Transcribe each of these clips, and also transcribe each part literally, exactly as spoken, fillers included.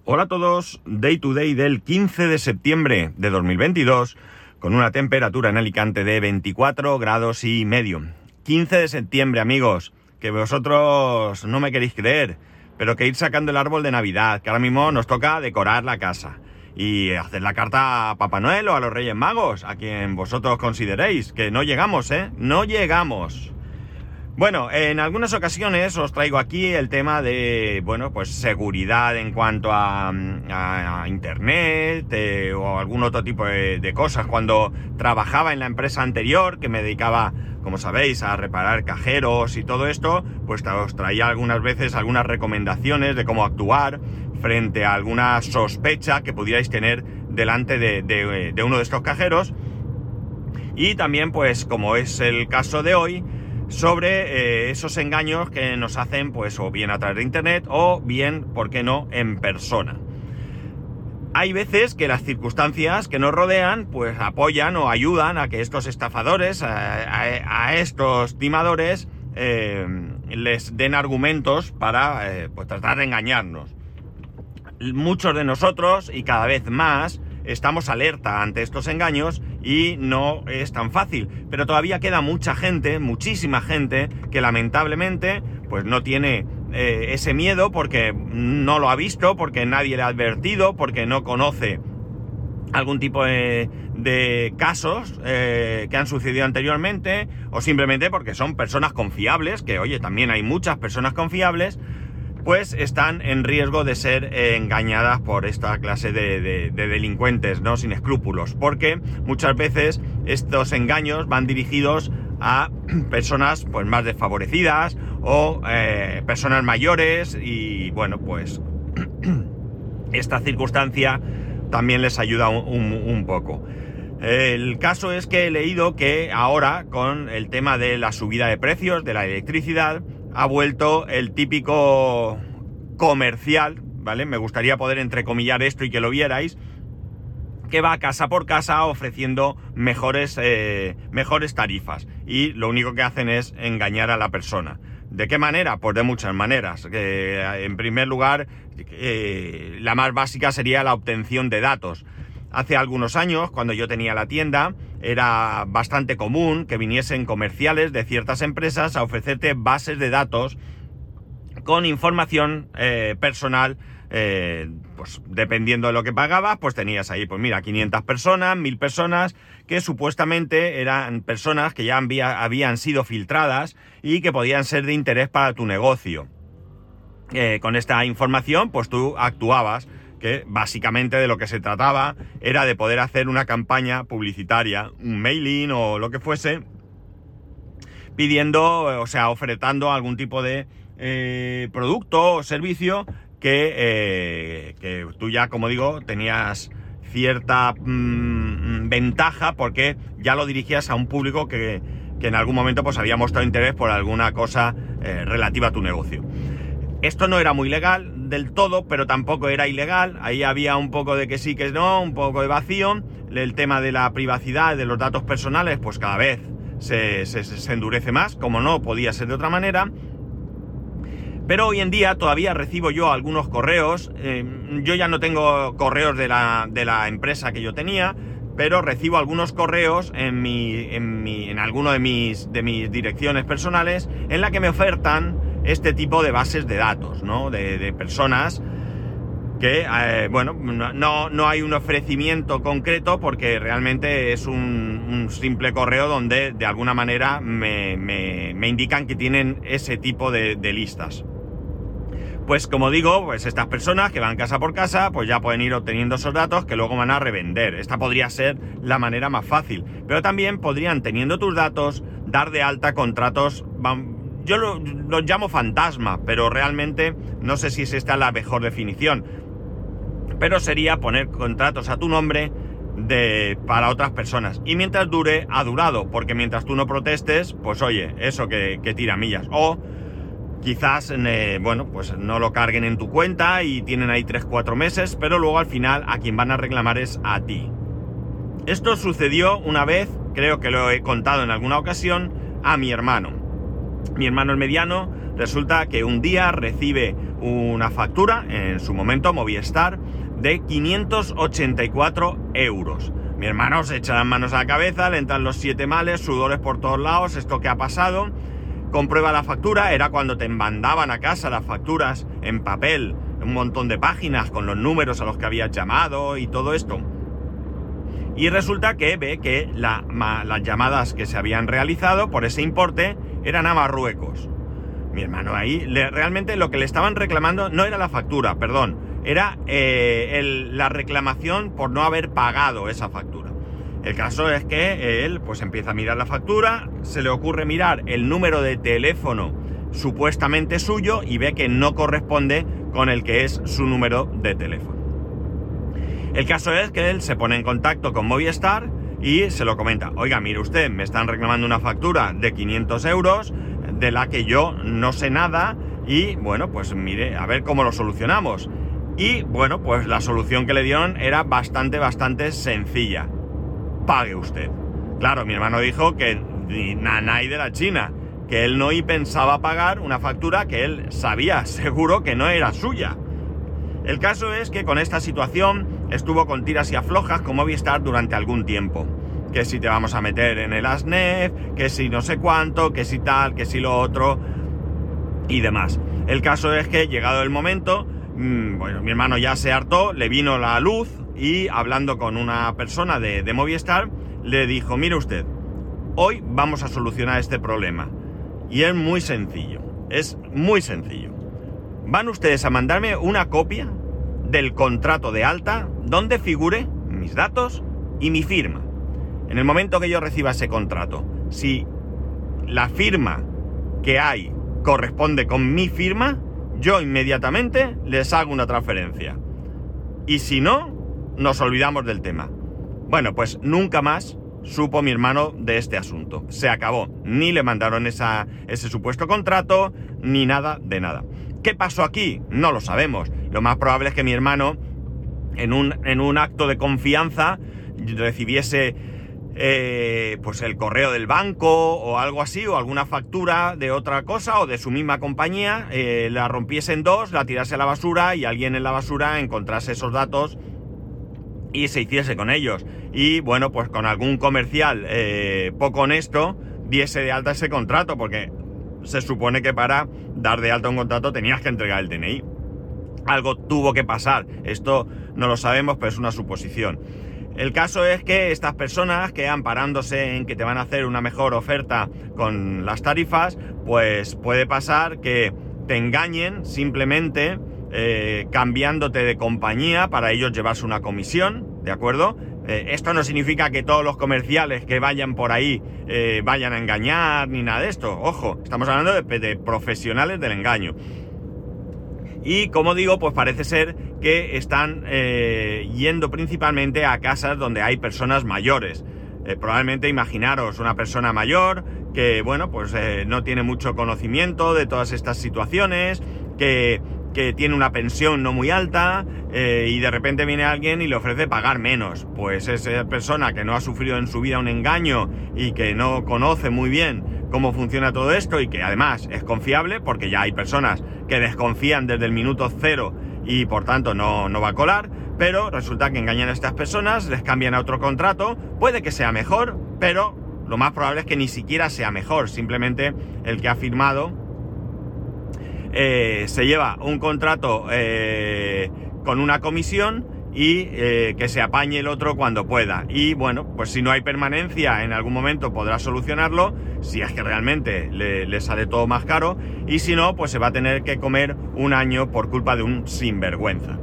Hola a todos, Day to Day del quince de septiembre de dos mil veintidós, con una temperatura en Alicante de veinticuatro grados y medio. quince de septiembre, amigos, que vosotros no me queréis creer, pero que ir sacando el árbol de Navidad, que ahora mismo nos toca decorar la casa y hacer la carta a Papá Noel o a los Reyes Magos, a quien vosotros consideréis, que no llegamos, ¿eh? No llegamos. Bueno, en algunas ocasiones os traigo aquí el tema de, bueno, pues seguridad en cuanto a, a, a internet eh, o algún otro tipo de, de cosas. Cuando trabajaba en la empresa anterior, que me dedicaba, como sabéis, a reparar cajeros y todo esto, pues os traía algunas veces algunas recomendaciones de cómo actuar frente a alguna sospecha que pudierais tener delante de, de, de uno de estos cajeros. Y también, pues, como es el caso de hoy, sobre eh, esos engaños que nos hacen, pues, o bien a través de internet o bien, ¿por qué no?, en persona. Hay veces que las circunstancias que nos rodean, pues, apoyan o ayudan a que estos estafadores, a, a, a estos timadores, eh, les den argumentos para eh, pues, tratar de engañarnos. Muchos de nosotros, y cada vez más, estamos alerta ante estos engaños y no es tan fácil, pero todavía queda mucha gente, muchísima gente, que lamentablemente pues no tiene eh, ese miedo porque no lo ha visto, porque nadie le ha advertido, porque no conoce algún tipo de, de casos eh, que han sucedido anteriormente, o simplemente porque son personas confiables, que oye, también hay muchas personas confiables, pues están en riesgo de ser eh, engañadas por esta clase de, de, de delincuentes, ¿no?, sin escrúpulos, porque muchas veces estos engaños van dirigidos a personas pues más desfavorecidas o eh, personas mayores y bueno, pues esta circunstancia también les ayuda un, un, un poco. El caso es que he leído que ahora, con el tema de la subida de precios de la electricidad, ha vuelto el típico comercial, ¿vale? Me gustaría poder entrecomillar esto y que lo vierais, que va casa por casa ofreciendo mejores, eh, mejores tarifas. Y lo único que hacen es engañar a la persona. ¿De qué manera? Pues de muchas maneras. Eh, en primer lugar, eh, la más básica sería la obtención de datos. Hace algunos años, cuando yo tenía la tienda, era bastante común que viniesen comerciales de ciertas empresas a ofrecerte bases de datos con información eh, personal, eh, pues dependiendo de lo que pagabas, pues tenías ahí, pues mira, quinientas personas, mil personas, que supuestamente eran personas que ya había, habían sido filtradas y que podían ser de interés para tu negocio. Eh, con esta información, pues tú actuabas, que básicamente de lo que se trataba era de poder hacer una campaña publicitaria, un mailing o lo que fuese, pidiendo, o sea, ofertando algún tipo de eh, producto o servicio que, eh, que tú ya, como digo, tenías cierta mmm, ventaja porque ya lo dirigías a un público que, que en algún momento pues había mostrado interés por alguna cosa eh, relativa a tu negocio. Esto no era muy legal del todo, pero tampoco era ilegal. Ahí había un poco de que sí, que no, un poco de vacío. El tema de la privacidad, de los datos personales, pues cada vez se, se, se endurece más, como no podía ser de otra manera. Pero hoy en día todavía recibo yo algunos correos. Eh, yo ya no tengo correos de la, de la empresa que yo tenía, pero recibo algunos correos en mi, en mi, en alguno de mis, de mis direcciones personales en la que me ofertan este tipo de bases de datos, ¿no? De, de personas que, eh, bueno, no, no hay un ofrecimiento concreto porque realmente es un, un simple correo donde de alguna manera me, me, me indican que tienen ese tipo de, de listas. Pues como digo, pues estas personas que van casa por casa, pues ya pueden ir obteniendo esos datos que luego van a revender. Esta podría ser la manera más fácil, pero también podrían, teniendo tus datos, dar de alta contratos. Yo los lo llamo fantasma, pero realmente no sé si es esta la mejor definición. Pero sería poner contratos a tu nombre de, para otras personas. Y mientras dure, ha durado, porque mientras tú no protestes, pues oye, eso que, que tira millas. O quizás, eh, bueno, pues no lo carguen en tu cuenta y tienen ahí tres cuatro meses, pero luego al final a quien van a reclamar es a ti. Esto sucedió una vez, creo que lo he contado en alguna ocasión, a mi hermano. Mi hermano el mediano Resulta que un día recibe una factura, en su momento Movistar, de quinientos ochenta y cuatro euros. Mi hermano se echa las manos a la cabeza, le entran los siete males, sudores por todos lados, ¿esto qué ha pasado? Comprueba la factura, era cuando te mandaban a casa las facturas en papel, un montón de páginas con los números a los que habías llamado y todo esto. Y resulta que ve que la, ma, las llamadas que se habían realizado por ese importe eran a Marruecos. Mi hermano ahí, le, realmente lo que le estaban reclamando no era la factura, perdón, era eh, el, la reclamación por no haber pagado esa factura. El caso es que él pues empieza a mirar la factura, se le ocurre mirar el número de teléfono supuestamente suyo y ve que no corresponde con el que es su número de teléfono. El caso es que él se pone en contacto con Movistar y se lo comenta. Oiga, mire usted, me están reclamando una factura de quinientos euros de la que yo no sé nada y bueno, pues mire, a ver cómo lo solucionamos. Y bueno, pues la solución que le dieron era bastante, bastante sencilla. Pague usted. Claro, mi hermano dijo que ni nanay de la China, que él no y pensaba pagar una factura que él sabía seguro que no era suya. El caso es que con esta situación estuvo con tiras y aflojas con Movistar durante algún tiempo. Que si te vamos a meter en el ASNEF, que si no sé cuánto, que si tal, que si lo otro y demás. El caso es que llegado el momento, mmm, bueno, mi hermano ya se hartó, le vino la luz y hablando con una persona de, de Movistar le dijo, mire usted, hoy vamos a solucionar este problema. Y es muy sencillo, es muy sencillo. Van ustedes a mandarme una copia del contrato de alta donde figure mis datos y mi firma. En el momento que yo reciba ese contrato, si la firma que hay corresponde con mi firma, yo inmediatamente les hago una transferencia. Y si no, nos olvidamos del tema. Bueno, pues nunca más supo mi hermano de este asunto. Se acabó. Ni le mandaron esa, ese supuesto contrato, ni nada de nada. ¿Qué pasó aquí? No lo sabemos. Lo más probable es que mi hermano, en un, en un acto de confianza, recibiese eh, pues el correo del banco o algo así, o alguna factura de otra cosa o de su misma compañía, eh, la rompiese en dos, la tirase a la basura y alguien en la basura encontrase esos datos y se hiciese con ellos. Y bueno, pues con algún comercial eh, poco honesto diese de alta ese contrato, porque se supone que para dar de alta un contrato tenías que entregar el D N I. Algo tuvo que pasar. Esto no lo sabemos, pero es una suposición. El caso es que estas personas que amparándose en que te van a hacer una mejor oferta con las tarifas, pues puede pasar que te engañen simplemente eh, cambiándote de compañía para ellos llevarse una comisión, ¿de acuerdo? Eh, esto no significa que todos los comerciales que vayan por ahí eh, vayan a engañar ni nada de esto. Ojo, estamos hablando de, de profesionales del engaño. Y como digo, pues parece ser que están eh, yendo principalmente a casas donde hay personas mayores. Eh, probablemente imaginaros una persona mayor que, bueno, pues eh, no tiene mucho conocimiento de todas estas situaciones, que, que tiene una pensión no muy alta eh, y de repente viene alguien y le ofrece pagar menos. Pues esa persona que no ha sufrido en su vida un engaño y que no conoce muy bien cómo funciona todo esto y que además es confiable, porque ya hay personas que desconfían desde el minuto cero y por tanto no, no va a colar, pero resulta que engañan a estas personas, les cambian a otro contrato, puede que sea mejor, pero lo más probable es que ni siquiera sea mejor, simplemente el que ha firmado eh, se lleva un contrato eh, con una comisión y eh, que se apañe el otro cuando pueda. Y bueno, pues si no hay permanencia en algún momento podrá solucionarlo, si es que realmente le, le sale todo más caro, y si no, pues se va a tener que comer un año por culpa de un sinvergüenza.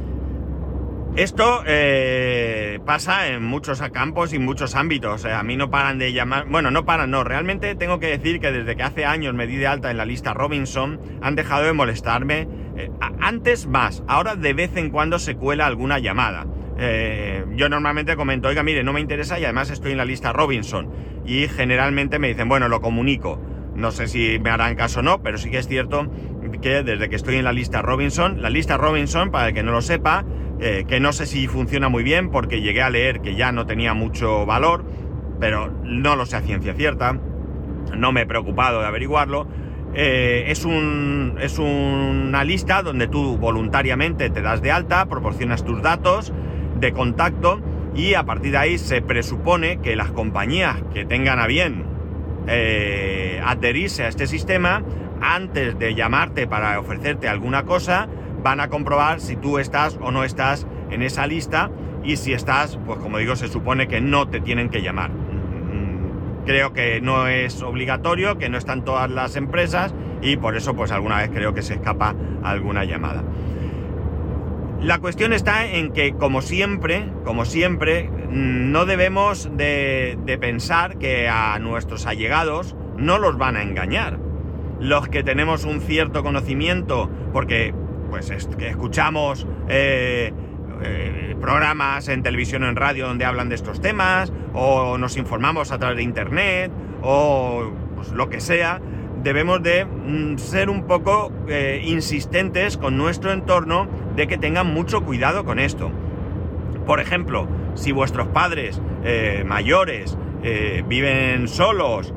Esto eh, pasa en muchos campos y muchos ámbitos. A mí no paran de llamar... Bueno, no paran, no. Realmente tengo que decir que desde que hace años me di de alta en la lista Robinson, han dejado de molestarme. Eh, antes más, ahora de vez en cuando se cuela alguna llamada. Eh, yo normalmente comento, oiga, mire, no me interesa y además estoy en la lista Robinson. Y generalmente me dicen, bueno, lo comunico. No sé si me harán caso o no, pero sí que es cierto que desde que estoy en la lista Robinson, la lista Robinson, para el que no lo sepa, eh, que no sé si funciona muy bien porque llegué a leer que ya no tenía mucho valor, pero no lo sé a ciencia cierta, no me he preocupado de averiguarlo. Eh, es, un, es una lista donde tú voluntariamente te das de alta, proporcionas tus datos de contacto y a partir de ahí se presupone que las compañías que tengan a bien eh, adherirse a este sistema, antes de llamarte para ofrecerte alguna cosa, van a comprobar si tú estás o no estás en esa lista, y si estás, pues como digo, se supone que no te tienen que llamar. Creo que no es obligatorio, que no están todas las empresas, y por eso pues alguna vez creo que se escapa alguna llamada. La cuestión está en que, como siempre, como siempre, no debemos de, de pensar que a nuestros allegados no los van a engañar. Los que tenemos un cierto conocimiento, porque pues es que escuchamos eh, eh, programas en televisión o en radio donde hablan de estos temas, o nos informamos a través de internet, o pues, lo que sea, debemos de mm, ser un poco eh, insistentes con nuestro entorno de que tengan mucho cuidado con esto. Por ejemplo, si vuestros padres eh, mayores eh, viven solos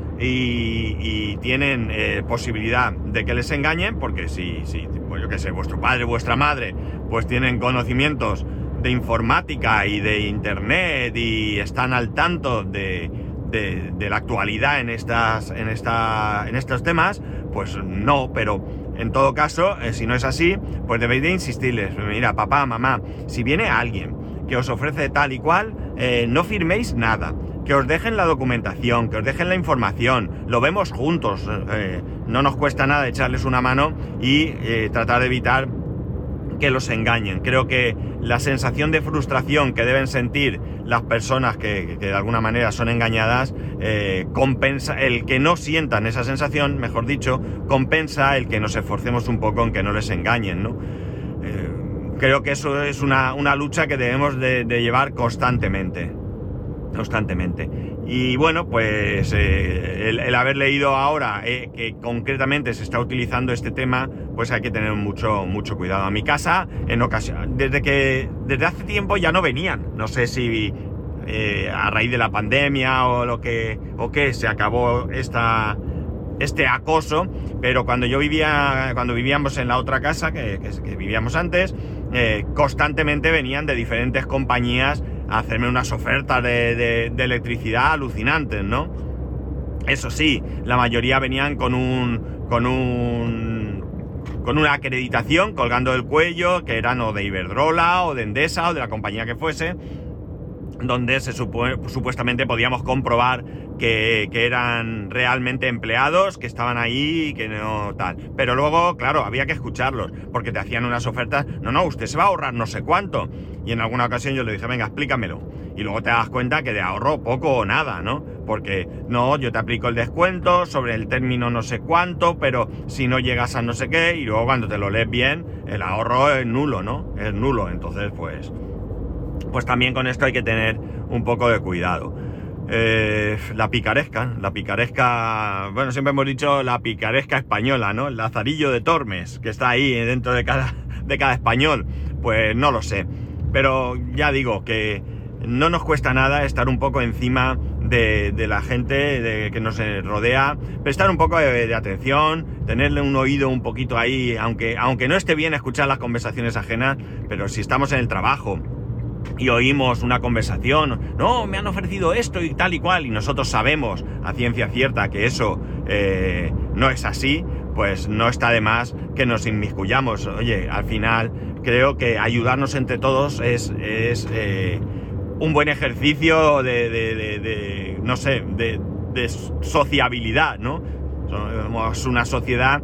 y, y tienen eh, posibilidad de que les engañen, porque si, si pues yo qué sé, vuestro padre, vuestra madre, pues tienen conocimientos de informática y de internet y están al tanto de, de, de la actualidad en estas, en esta, en estos temas, pues no, pero en todo caso, eh, si no es así, pues debéis de insistirles. Mira, papá, mamá, si viene alguien que os ofrece tal y cual, eh, no firméis nada, que os dejen la documentación, que os dejen la información, lo vemos juntos, eh, no nos cuesta nada echarles una mano y eh, tratar de evitar que los engañen. Creo que la sensación de frustración que deben sentir las personas que, que de alguna manera son engañadas, eh, compensa, el que no sientan esa sensación, mejor dicho, compensa el que nos esforcemos un poco en que no les engañen, ¿no? Eh, creo que eso es una, una lucha que debemos de, de llevar constantemente. Constantemente. Y bueno, pues eh, el, el haber leído ahora eh, que concretamente se está utilizando este tema, pues hay que tener mucho, mucho cuidado. A mi casa, en ocasión, desde que desde hace tiempo ya no venían. No sé si eh, a raíz de la pandemia o lo que o qué se acabó esta este acoso, pero cuando yo vivía, cuando vivíamos en la otra casa que, que, que vivíamos antes, eh, constantemente venían de diferentes compañías a hacerme unas ofertas de, de, de electricidad alucinantes, ¿no? Eso sí, la mayoría venían con un con un con una acreditación colgando del cuello, que eran o de Iberdrola o de Endesa o de la compañía que fuese, donde se supu- supuestamente podíamos comprobar que, que eran realmente empleados, que estaban ahí y que no tal. Pero luego, claro, había que escucharlos, porque te hacían unas ofertas, no, no, usted se va a ahorrar no sé cuánto. Y en alguna ocasión yo le dije, venga, explícamelo. Y luego te das cuenta que de ahorro poco o nada, ¿no? Porque, no, yo te aplico el descuento sobre el término no sé cuánto, pero si no llegas a no sé qué, y luego cuando te lo lees bien, el ahorro es nulo, ¿no? Es nulo, entonces pues... Pues también con esto hay que tener un poco de cuidado. Eh, la picaresca, la picaresca, bueno, siempre hemos dicho la picaresca española, ¿no? El lazarillo de Tormes, que está ahí dentro de cada, de cada español. Pues no lo sé. Pero ya digo que no nos cuesta nada estar un poco encima de, de la gente de, que nos rodea, prestar un poco de, de atención, tenerle un oído un poquito ahí, aunque, aunque no esté bien escuchar las conversaciones ajenas, pero si estamos en el trabajo y oímos una conversación, no, me han ofrecido esto y tal y cual, y nosotros sabemos a ciencia cierta que eso eh, no es así, pues no está de más que nos inmiscuyamos. Oye, al final creo que ayudarnos entre todos es, es eh, un buen ejercicio de, de, de, de no sé, de, de sociabilidad, ¿no? Somos una sociedad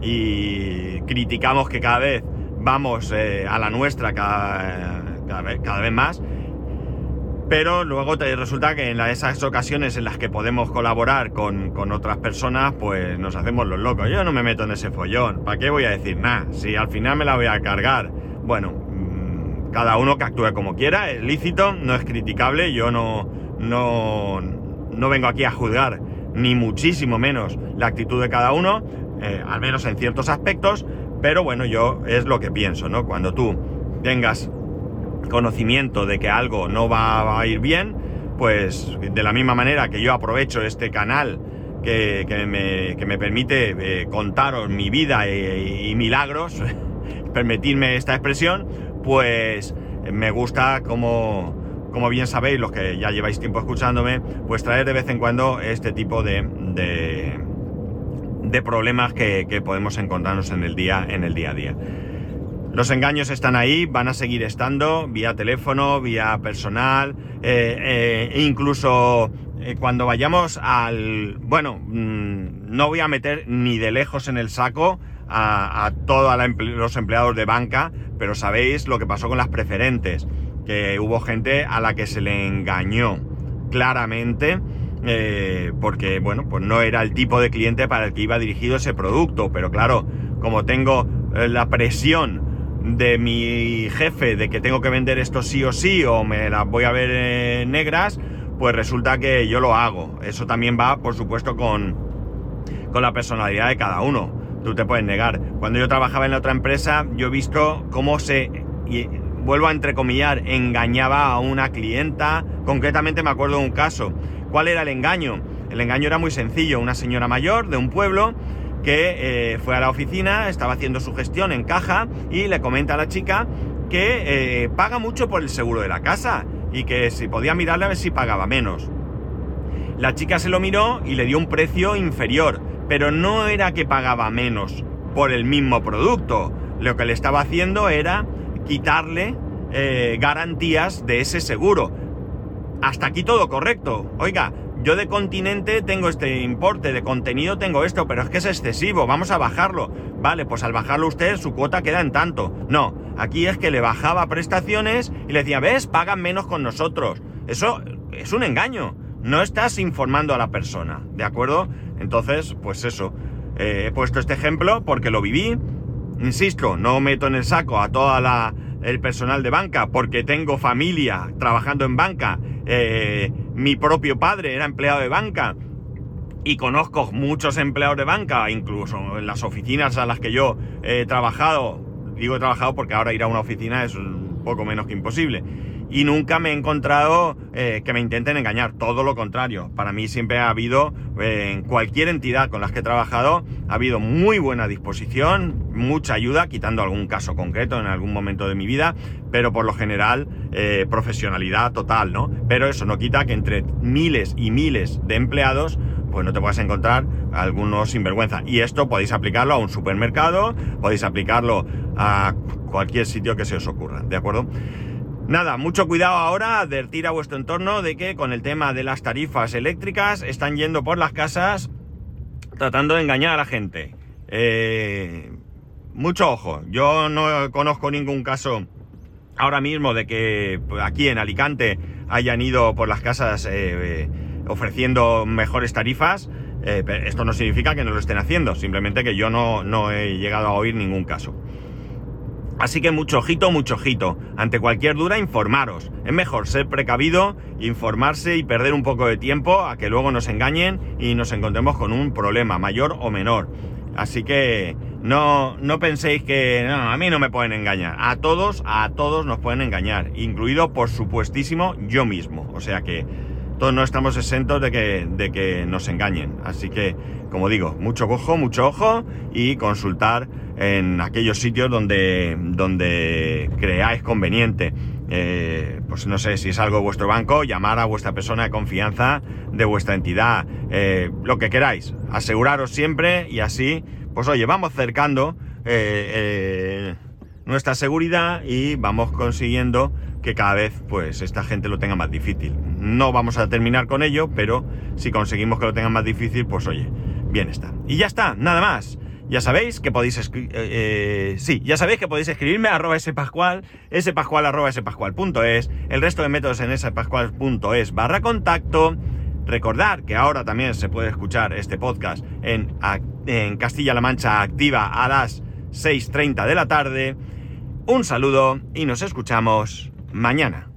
y criticamos que cada vez vamos eh, a la nuestra cada... Cada vez, cada vez más, pero luego te resulta que en la, esas ocasiones en las que podemos colaborar con, con otras personas, pues nos hacemos los locos. Yo no me meto en ese follón, ¿para qué voy a decir nada? Si al final me la voy a cargar. Bueno, mmm, cada uno que actúe como quiera, es lícito, no es criticable, yo no, no, no vengo aquí a juzgar, ni muchísimo menos la actitud de cada uno, eh, al menos en ciertos aspectos, pero bueno, yo es lo que pienso, ¿no? Cuando tú tengas conocimiento de que algo no va a ir bien, pues de la misma manera que yo aprovecho este canal que, que, me, que me permite eh, contaros mi vida y, y milagros, permitirme esta expresión, pues me gusta, como, como bien sabéis, los que ya lleváis tiempo escuchándome, pues traer de vez en cuando este tipo de, de, de problemas que, que podemos encontrarnos en el día, en el día a día. Los engaños están ahí, van a seguir estando, vía teléfono, vía personal, eh, eh, incluso eh, cuando vayamos al... Bueno, mmm, no voy a meter ni de lejos en el saco a, a todos emple- los empleados de banca, pero sabéis lo que pasó con las preferentes, que hubo gente a la que se le engañó claramente, eh, porque, bueno, pues no era el tipo de cliente para el que iba dirigido ese producto, pero claro, como tengo eh, la presión de mi jefe de que tengo que vender esto sí o sí o me las voy a ver eh, negras, pues resulta que yo lo hago. Eso también va, por supuesto, con, con la personalidad de cada uno. Tú te puedes negar. Cuando yo trabajaba en la otra empresa, yo he visto cómo se, y vuelvo a entrecomillar, engañaba a una clienta. Concretamente me acuerdo de un caso. ¿Cuál era el engaño? El engaño era muy sencillo. Una señora mayor de un pueblo que eh, fue a la oficina, estaba haciendo su gestión en caja y le comenta a la chica que eh, paga mucho por el seguro de la casa y que si podía mirarle a ver si pagaba menos. La chica se lo miró y le dio un precio inferior, pero no era que pagaba menos por el mismo producto. Lo que le estaba haciendo era quitarle eh, garantías de ese seguro. Hasta aquí todo correcto. Oiga, yo de continente tengo este importe, de contenido tengo esto, pero es que es excesivo, vamos a bajarlo. Vale, pues al bajarlo usted, su cuota queda en tanto. No, aquí es que le bajaba prestaciones y le decía, ¿ves? Pagan menos con nosotros. Eso es un engaño. No estás informando a la persona, ¿de acuerdo? Entonces, pues eso. Eh, he puesto este ejemplo porque lo viví. Insisto, no meto en el saco a toda la... el personal de banca, porque tengo familia trabajando en banca, eh, mi propio padre era empleado de banca y conozco muchos empleados de banca, incluso en las oficinas a las que yo he trabajado, digo he trabajado porque ahora ir a una oficina es un poco menos que imposible, y nunca me he encontrado eh, que me intenten engañar, todo lo contrario. Para mí siempre ha habido, eh, en cualquier entidad con las que he trabajado, ha habido muy buena disposición, mucha ayuda, quitando algún caso concreto en algún momento de mi vida, pero por lo general eh, profesionalidad total, ¿no? Pero eso no quita que entre miles y miles de empleados pues no te puedas encontrar algunos sinvergüenza. Y esto podéis aplicarlo a un supermercado, podéis aplicarlo a cualquier sitio que se os ocurra, ¿de acuerdo? Nada, mucho cuidado ahora, advertir a vuestro entorno de que con el tema de las tarifas eléctricas están yendo por las casas tratando de engañar a la gente. Eh, mucho ojo, yo no conozco ningún caso ahora mismo de que aquí en Alicante hayan ido por las casas eh, eh, ofreciendo mejores tarifas. Eh, esto no significa que no lo estén haciendo, simplemente que yo no, no he llegado a oír ningún caso. Así que mucho ojito, mucho ojito. Ante cualquier duda, informaros. Es mejor ser precavido, informarse y perder un poco de tiempo a que luego nos engañen y nos encontremos con un problema, mayor o menor. Así que no, no penséis que no, a mí no me pueden engañar. A todos, a todos nos pueden engañar, incluido, por supuestísimo, yo mismo. O sea que todos no estamos exentos de que, de que nos engañen. Así que, como digo, mucho ojo, mucho ojo y consultar en aquellos sitios donde, donde creáis conveniente. Eh, pues no sé si es algo de vuestro banco, llamar a vuestra persona de confianza de vuestra entidad, eh, lo que queráis, aseguraros siempre y así, pues oye, vamos cercando eh, eh, nuestra seguridad y vamos consiguiendo que cada vez pues esta gente lo tenga más difícil. No vamos a terminar con ello, pero si conseguimos que lo tengan más difícil, pues oye, bien está. Y ya está, nada más. Ya sabéis que podéis escri- eh, eh, sí, ya sabéis que podéis escribirme a arroba spascual, spascual arroba spascual punto es, el resto de métodos en spascual punto es barra contacto. Recordad que ahora también se puede escuchar este podcast en, en Castilla-La Mancha Activa a las seis treinta de la tarde. Un saludo y nos escuchamos mañana.